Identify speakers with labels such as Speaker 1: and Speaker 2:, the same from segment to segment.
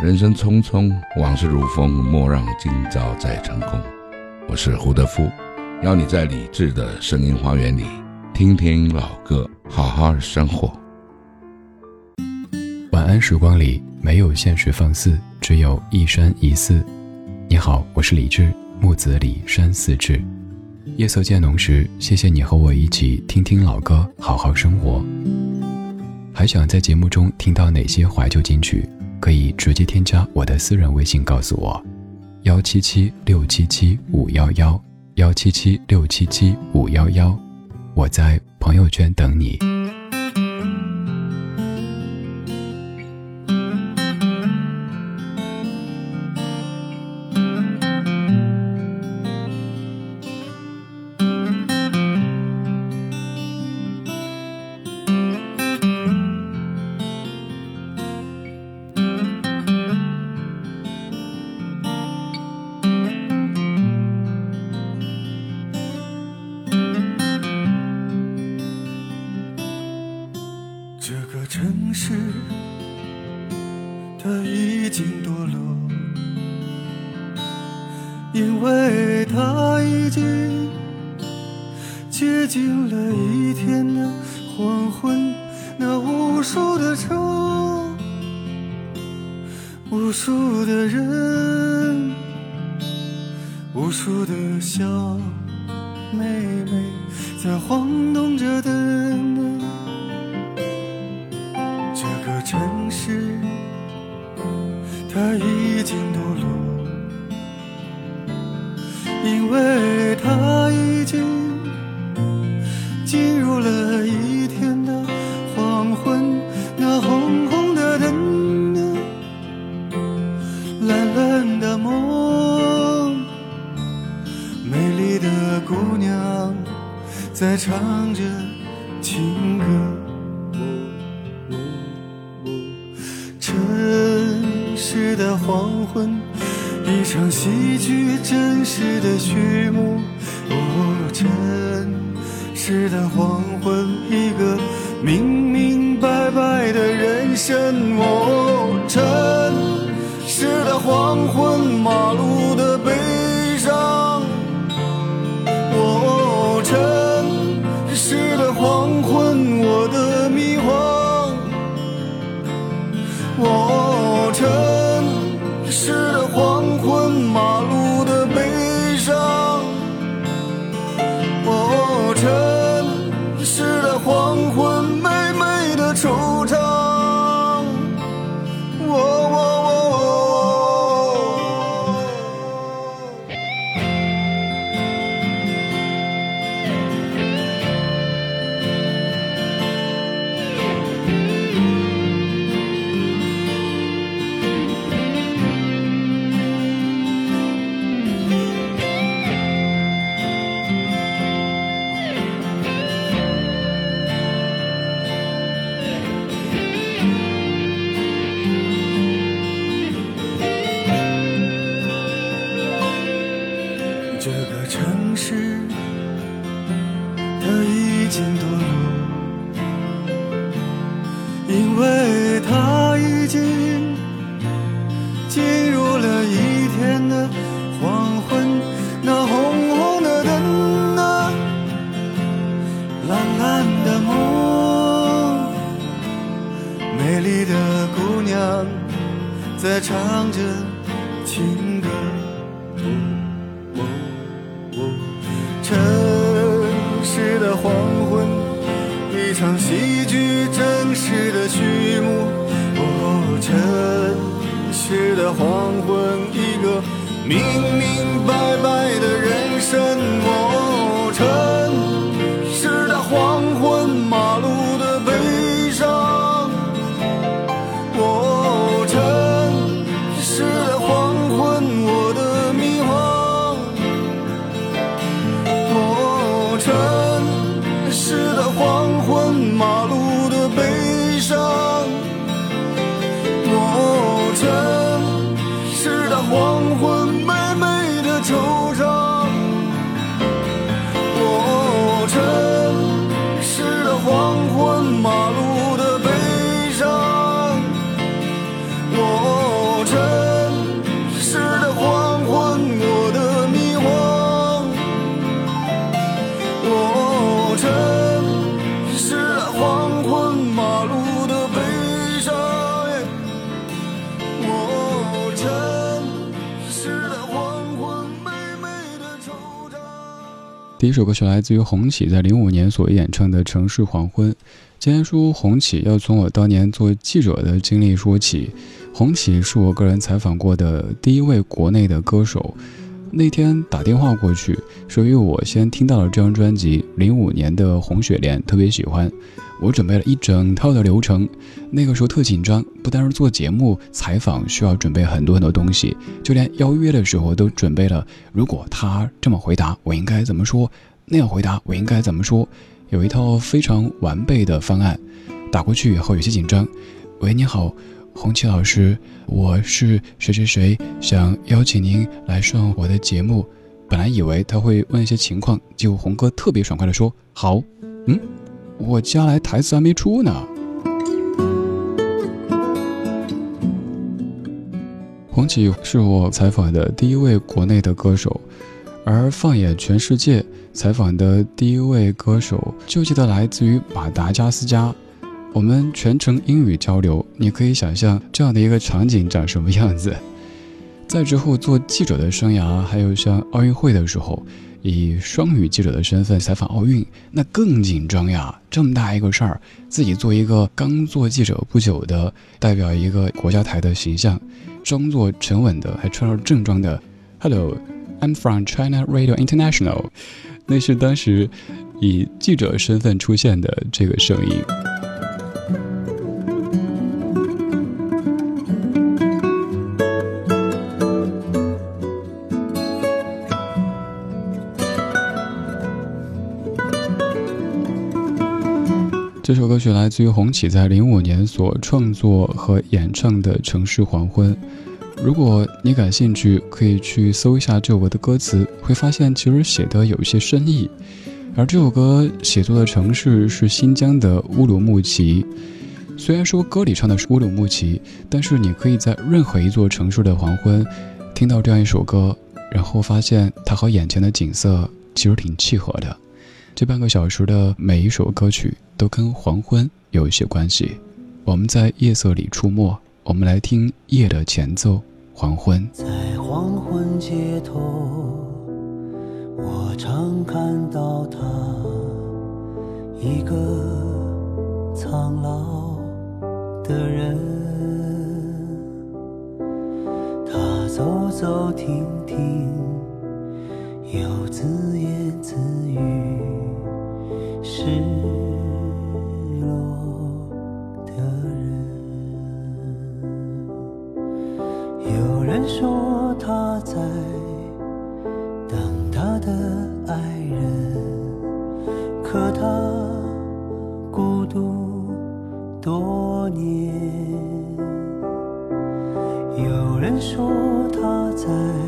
Speaker 1: 人生匆匆，往事如风，莫让今朝再成空。我是胡德夫，邀你在理智的声音花园里听听老歌，好好生活。
Speaker 2: 晚安时光里没有现实放肆，只有一山一寺。你好，我是李志，木子李山寺志。夜色渐浓时，谢谢你和我一起听听老歌，好好生活。还想在节目中听到哪些怀旧金曲，可以直接添加我的私人微信告诉我，177677511，177677511，我在朋友圈等你。
Speaker 3: 这个城市它已经堕落，因为它已经接近了一天的黄昏。那无数的车，无数的人，无数的小妹妹在晃动着灯。这个城市它已经堕落，因为它已经进入了一天的黄昏。那红红的灯，蓝蓝的梦，美丽的姑娘在唱着情歌。城市的黄昏，一场戏剧真实的序幕。城市的黄昏，一个明明白白的人生。城市的黄昏，马路的悲伤。城市的黄昏，我的迷惘。城市的黄昏，马路的悲伤。城市的黄昏，美美的惆怅。这个城市它已经堕落，因为它已经进入了一天的黄昏。那红红的灯啊，蓝蓝的梦，美丽的姑娘在唱着情歌。城市的黄昏，一场戏剧真实的序幕。城市的黄昏，一个明明白白的人生。城市的黄昏，马路的悲伤。城市的黄昏，我的迷惘。城市的黄昏，马路的悲伤。城市的黄昏，美美的惆怅。
Speaker 2: 第一首歌是来自于红旗在05年所演唱的《城市黄昏》。今天说红旗，要从我当年做记者的经历说起。红旗是我个人采访过的第一位国内的歌手。那天打电话过去，是因为我先听到了这张专辑05年的《红雪莲》，特别喜欢。我准备了一整套的流程，那个时候特紧张，不单是做节目采访需要准备很多很多东西，就连邀约的时候都准备了，如果他这么回答我应该怎么说，那样回答我应该怎么说，有一套非常完备的方案。打过去以后有些紧张，喂，你好，红旗老师，我是谁谁谁，想邀请您来上我的节目。本来以为他会问一些情况，结果红哥特别爽快地说好。我接下来台词还没出呢。红旗是我采访的第一位国内的歌手，而放眼全世界，采访的第一位歌手就记得来自于马达加斯加。我们全程英语交流，你可以想象这样的一个场景长什么样子。在之后做记者的生涯，还有像奥运会的时候，以双语记者的身份采访奥运，那更紧张呀！这么大一个事儿，自己做一个刚做记者不久的，代表一个国家台的形象，装作沉稳的，还穿上正装的 Hello, I'm from China Radio International， 那是当时以记者身份出现的这个声音。这首歌曲来自于红旗在05年所创作和演唱的《城市黄昏》。如果你感兴趣，可以去搜一下这首歌的歌词，会发现其实写的有一些深意。而这首歌写作的城市是新疆的乌鲁木齐。虽然说歌里唱的是乌鲁木齐，但是你可以在任何一座城市的黄昏听到这样一首歌，然后发现它和眼前的景色其实挺契合的。这半个小时的每一首歌曲都跟黄昏有一些关系。我们在夜色里出没，我们来听夜的前奏，黄昏。
Speaker 4: 在黄昏街头，我常看到他，一个苍老的人，他走走停停，又自言自语，失落的人。有人说他在等他的爱人，可他孤独多年。有人说他在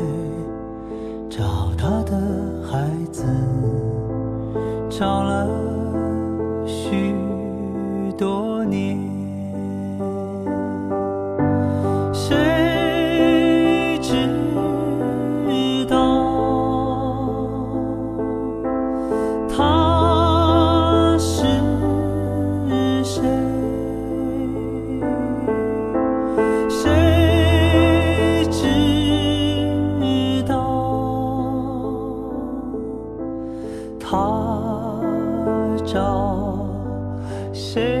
Speaker 4: 找他的孩子，找了许多年。谁知道他是谁？谁知道他找谁？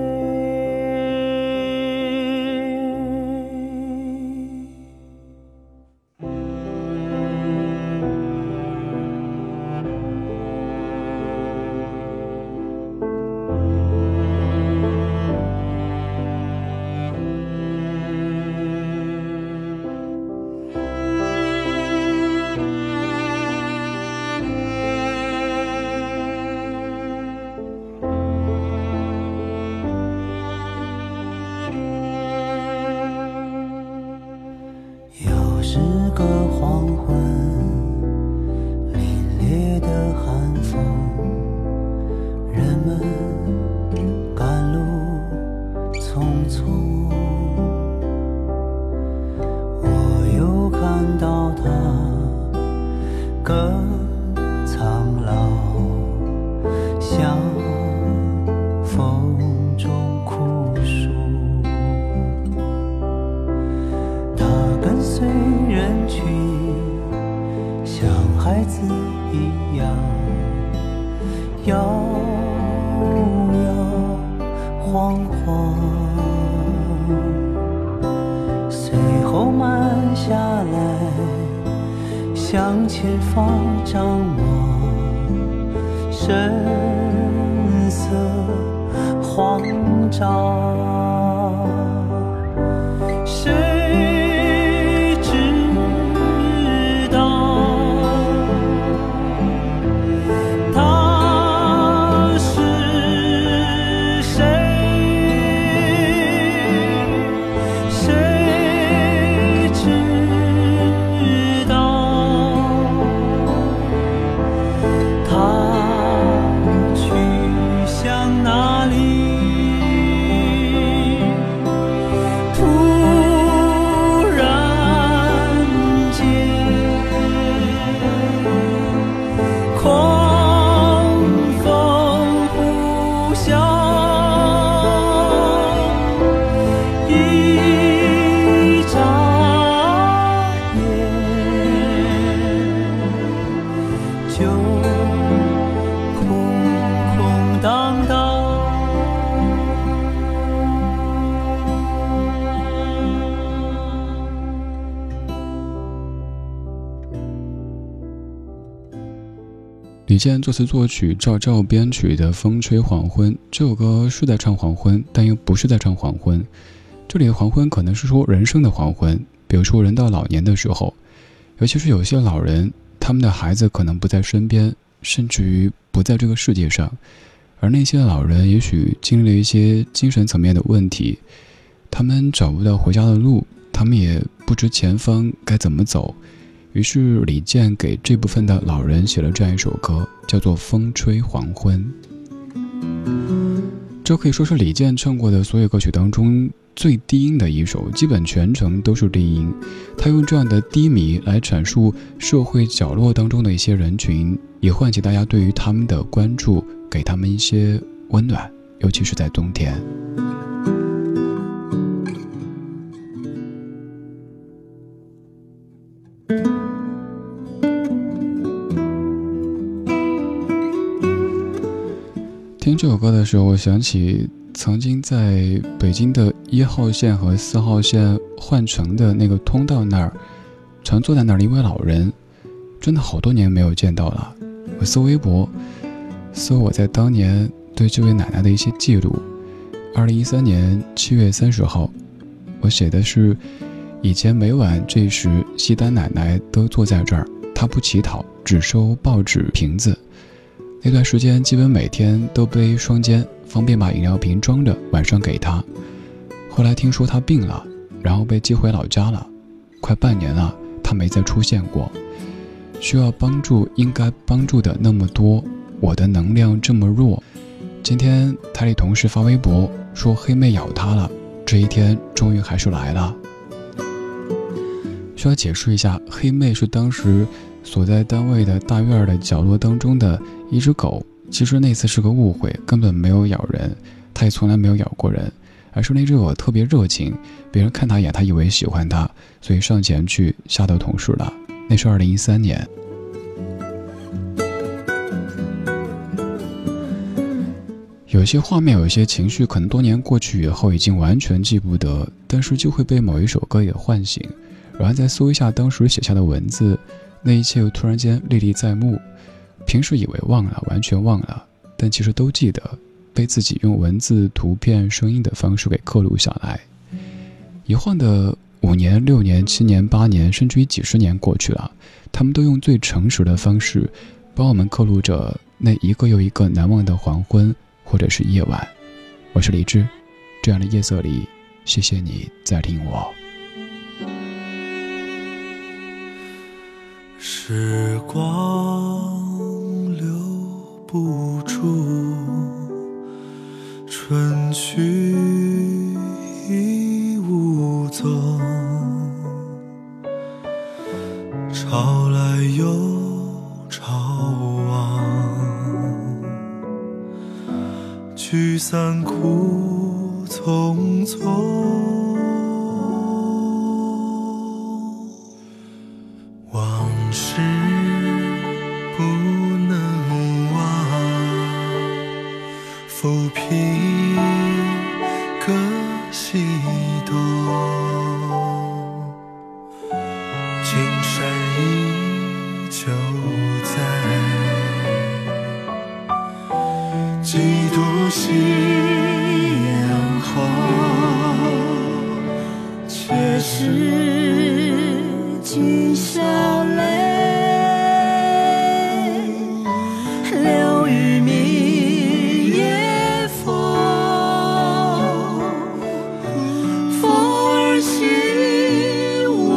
Speaker 4: 又是个黄昏，凛冽的寒风，人们赶路匆匆。我又看到他更苍老，像风中枯树。跟随人群，像孩子一样摇摇晃晃，随后慢下来，向前方张望，神色慌张，谁知道他是谁？谁知道他去向哪里？突然间，狂风呼啸，一眨眼就空空荡荡。
Speaker 2: 李健作词作曲，赵照编曲的《风吹黄昏》这首歌是在唱黄昏，但又不是在唱黄昏。这里的黄昏可能是说人生的黄昏，比如说人到老年的时候，尤其是有些老人，他们的孩子可能不在身边，甚至于不在这个世界上，而那些老人也许经历了一些精神层面的问题，他们找不到回家的路，他们也不知前方该怎么走。于是李健给这部分的老人写了这样一首歌，叫做《风吹黄昏》。这可以说是李健唱过的所有歌曲当中最低音的一首，基本全程都是低音。他用这样的低迷来阐述社会角落当中的一些人群，也唤起大家对于他们的关注，给他们一些温暖，尤其是在冬天。听这首歌的时候，我想起曾经在北京的1号线和4号线换乘的那个通道那儿，常坐在那儿的一位老人，真的好多年没有见到了。我搜微博，搜我在当年对这位奶奶的一些记录。2013年7月30号，我写的是：以前每晚这时，西单奶奶都坐在这儿，她不乞讨，只收报纸瓶子。那段时间基本每天都背双肩，方便把饮料瓶装着晚上给她。后来听说她病了，然后被寄回老家了，快半年了，她没再出现过。需要帮助应该帮助的那么多，我的能量这么弱。今天台里同事发微博说黑妹咬她了，这一天终于还是来了。需要解释一下，黑妹是当时所在单位的大院的角落当中的一只狗，其实那次是个误会，根本没有咬人，它也从来没有咬过人，而是那只狗特别热情，别人看它一眼，它以为喜欢它，所以上前去吓到同事了。那是2013年。有些画面，有些情绪，可能多年过去以后已经完全记不得，但是就会被某一首歌给唤醒，然后再搜一下当时写下的文字，那一切又突然间历历在目。平时以为忘了，完全忘了，但其实都记得，被自己用文字、图片、声音的方式给刻录下来。一晃的5年、6年、7年、8年，甚至于几十年过去了，他们都用最诚实的方式帮我们刻录着那一个又一个难忘的黄昏或者是夜晚。我是李志，这样的夜色里，谢谢你在听我。
Speaker 3: 时光留不住，春去已无踪，潮来又潮往，聚散苦匆匆。往事不能忘， 青山依旧在，几度夕阳红，却是今宵泪流于明夜风，风儿醒我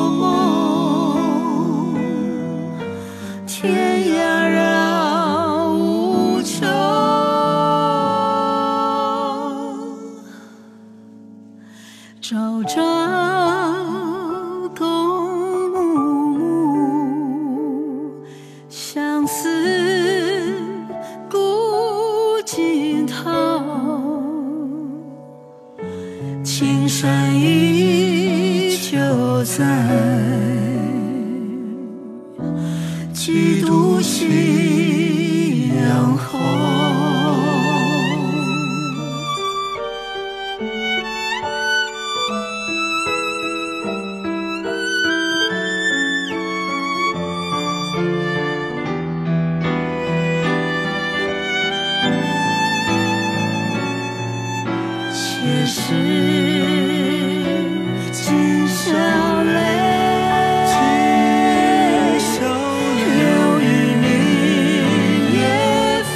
Speaker 3: 梦，天涯绕无穷，朝朝共暮暮，相思古今头，青山依旧在，几度夕阳红。却是今宵泪流于明夜风，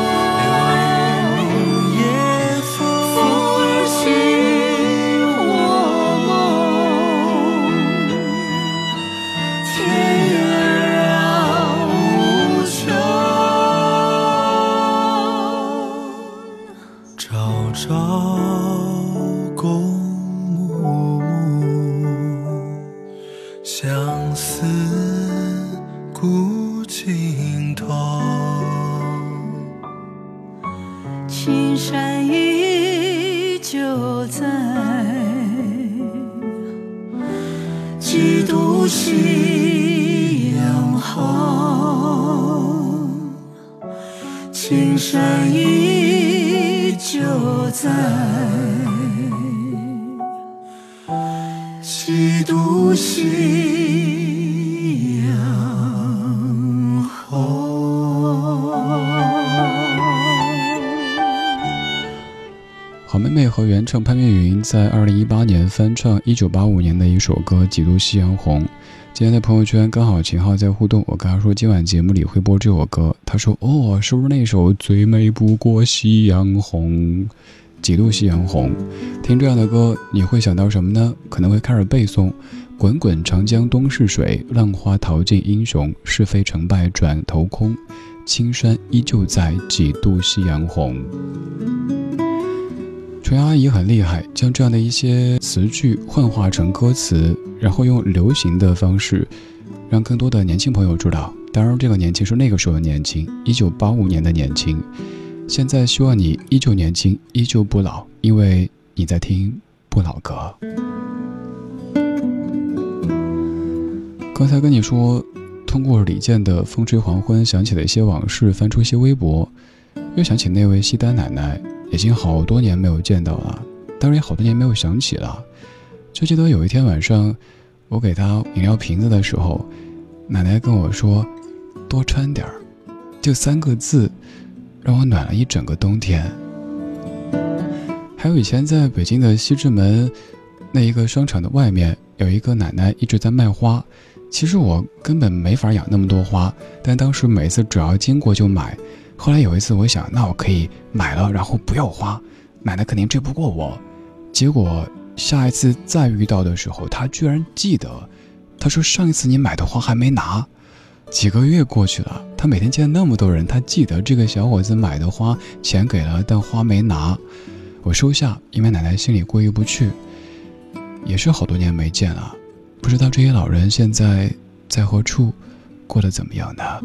Speaker 3: 风儿醒我梦，天涯绕无穷，朝朝共暮暮，相思古今头，青山依旧在，几度夕阳红，青山依旧在，几度夕阳红。
Speaker 2: 好妹妹和原唱潘越云在2018年翻唱1985年的一首歌《几度夕阳红》。今天在朋友圈刚好秦昊在互动，我跟他说今晚节目里会播这首歌，他说哦，是不是那首最美不过夕阳红，几度夕阳红？听这样的歌你会想到什么呢？可能会开始背诵滚滚长江东逝水，浪花淘尽英雄，是非成败转头空，青山依旧在，几度夕阳红。纯阳阿姨很厉害，将这样的一些词句幻化成歌词，然后用流行的方式让更多的年轻朋友知道。当然这个年轻是那个时候的年轻，1985年的年轻。现在希望你依旧年轻，依旧不老，因为你在听不老歌。刚才跟你说通过李健的风吹黄昏想起了一些往事，翻出一些微博，又想起那位西单奶奶，已经好多年没有见到了，当然也好多年没有想起了。就记得有一天晚上我给她饮料瓶子的时候，奶奶跟我说多穿点儿，就3个字让我暖了一整个冬天。还有以前在北京的西直门那一个商场的外面有一个奶奶一直在卖花，其实我根本没法养那么多花，但当时每次只要经过就买。后来有一次我想，那我可以买了然后不要花，奶奶肯定追不过我。结果下一次再遇到的时候，她居然记得，她说上一次你买的花还没拿。几个月过去了，她每天见那么多人，她记得这个小伙子买的花钱给了，但花没拿。我收下，因为奶奶心里过意不去。也是好多年没见了，不知道这些老人现在在何处，过得怎么样呢？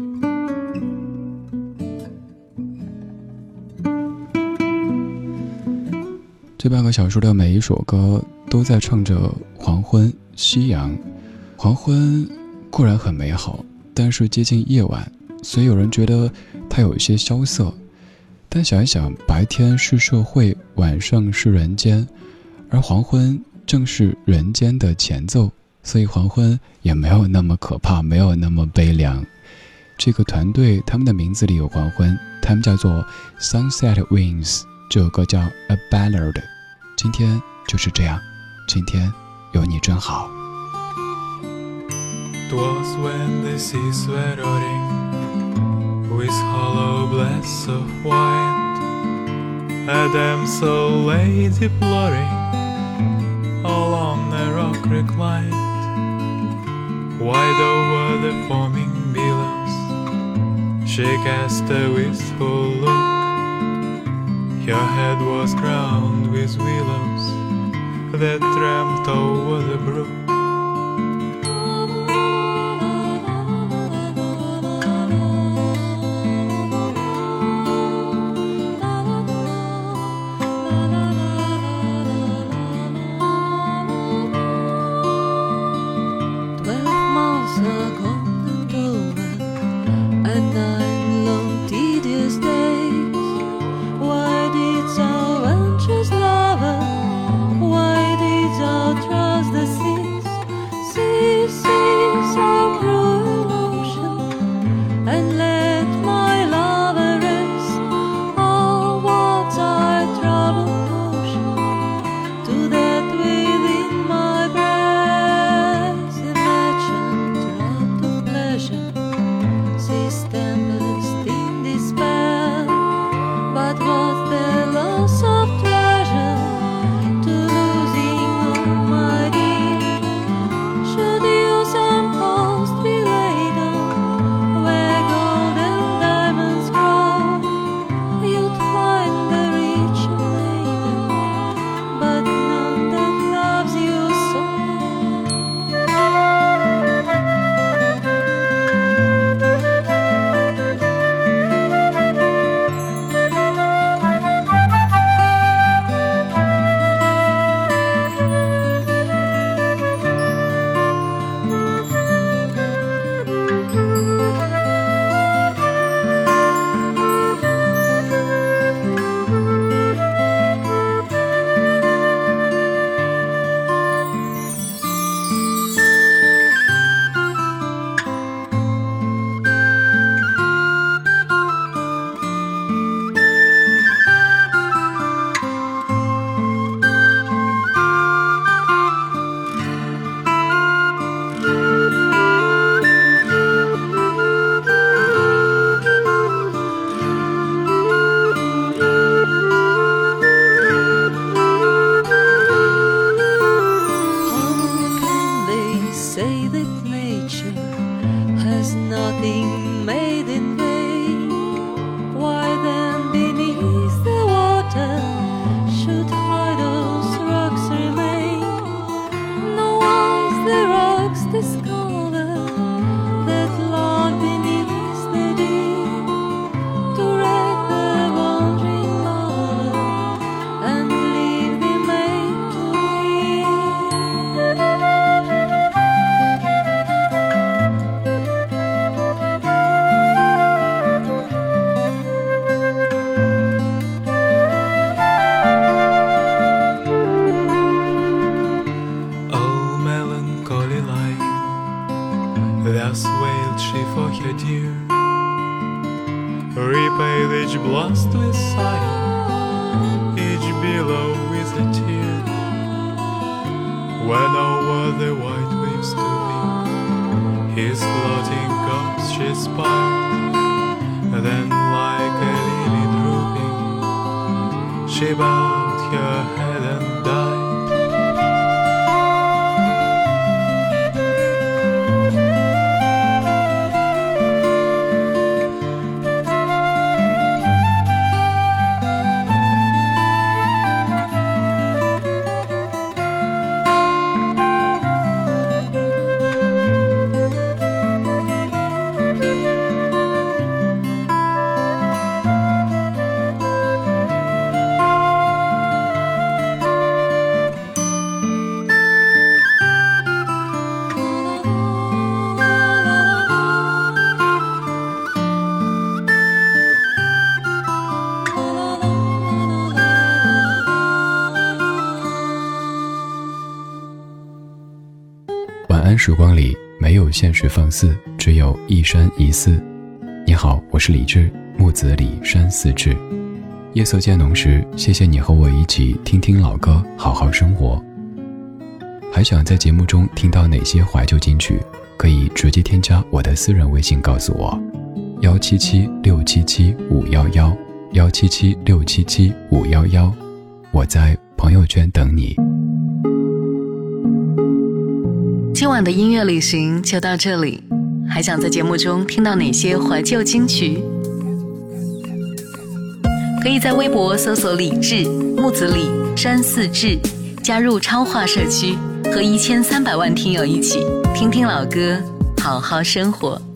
Speaker 2: 这半个小时的每一首歌都在唱着黄昏、夕阳。黄昏固然很美好，但是接近夜晚，所以有人觉得它有一些萧瑟。但想一想，白天是社会，晚上是人间，而黄昏正是人间的前奏， 所以黄昏也没有那么可怕，没有那么悲凉。这个团队他们的名字里有黄昏，他们叫做 Sunset Wings， 这首歌叫 A Ballad。 今天就是这样，今天有你真好。
Speaker 5: 'Twas when the seas were roaring with hollow blasts of wind, a damsel lay deploring along a rock reclined, wide over the foaming billows she cast a wistful look. Her head was crowned with willows that tramped over the brook. Thus wailed she for her dear, repaid each blast with sighing, each billow with a tear. When over the white waves stooping, his floating corpse she spied, then like a lily drooping, she bowed her head and died.
Speaker 2: 晚安时光里没有现实放肆，只有一山一寺。你好，我是李志，木子李山寺志。夜色渐浓时，谢谢你和我一起听听老歌，好好生活。还想在节目中听到哪些怀旧金曲，可以直接添加我的私人微信告诉我，177677511，177677511，我在朋友圈等你。
Speaker 6: 今晚的音乐旅行就到这里，还想在节目中听到哪些怀旧金曲？可以在微博搜索李志、木子李、山寺志，加入超话社区，和1300万听友一起听听老歌，好好生活。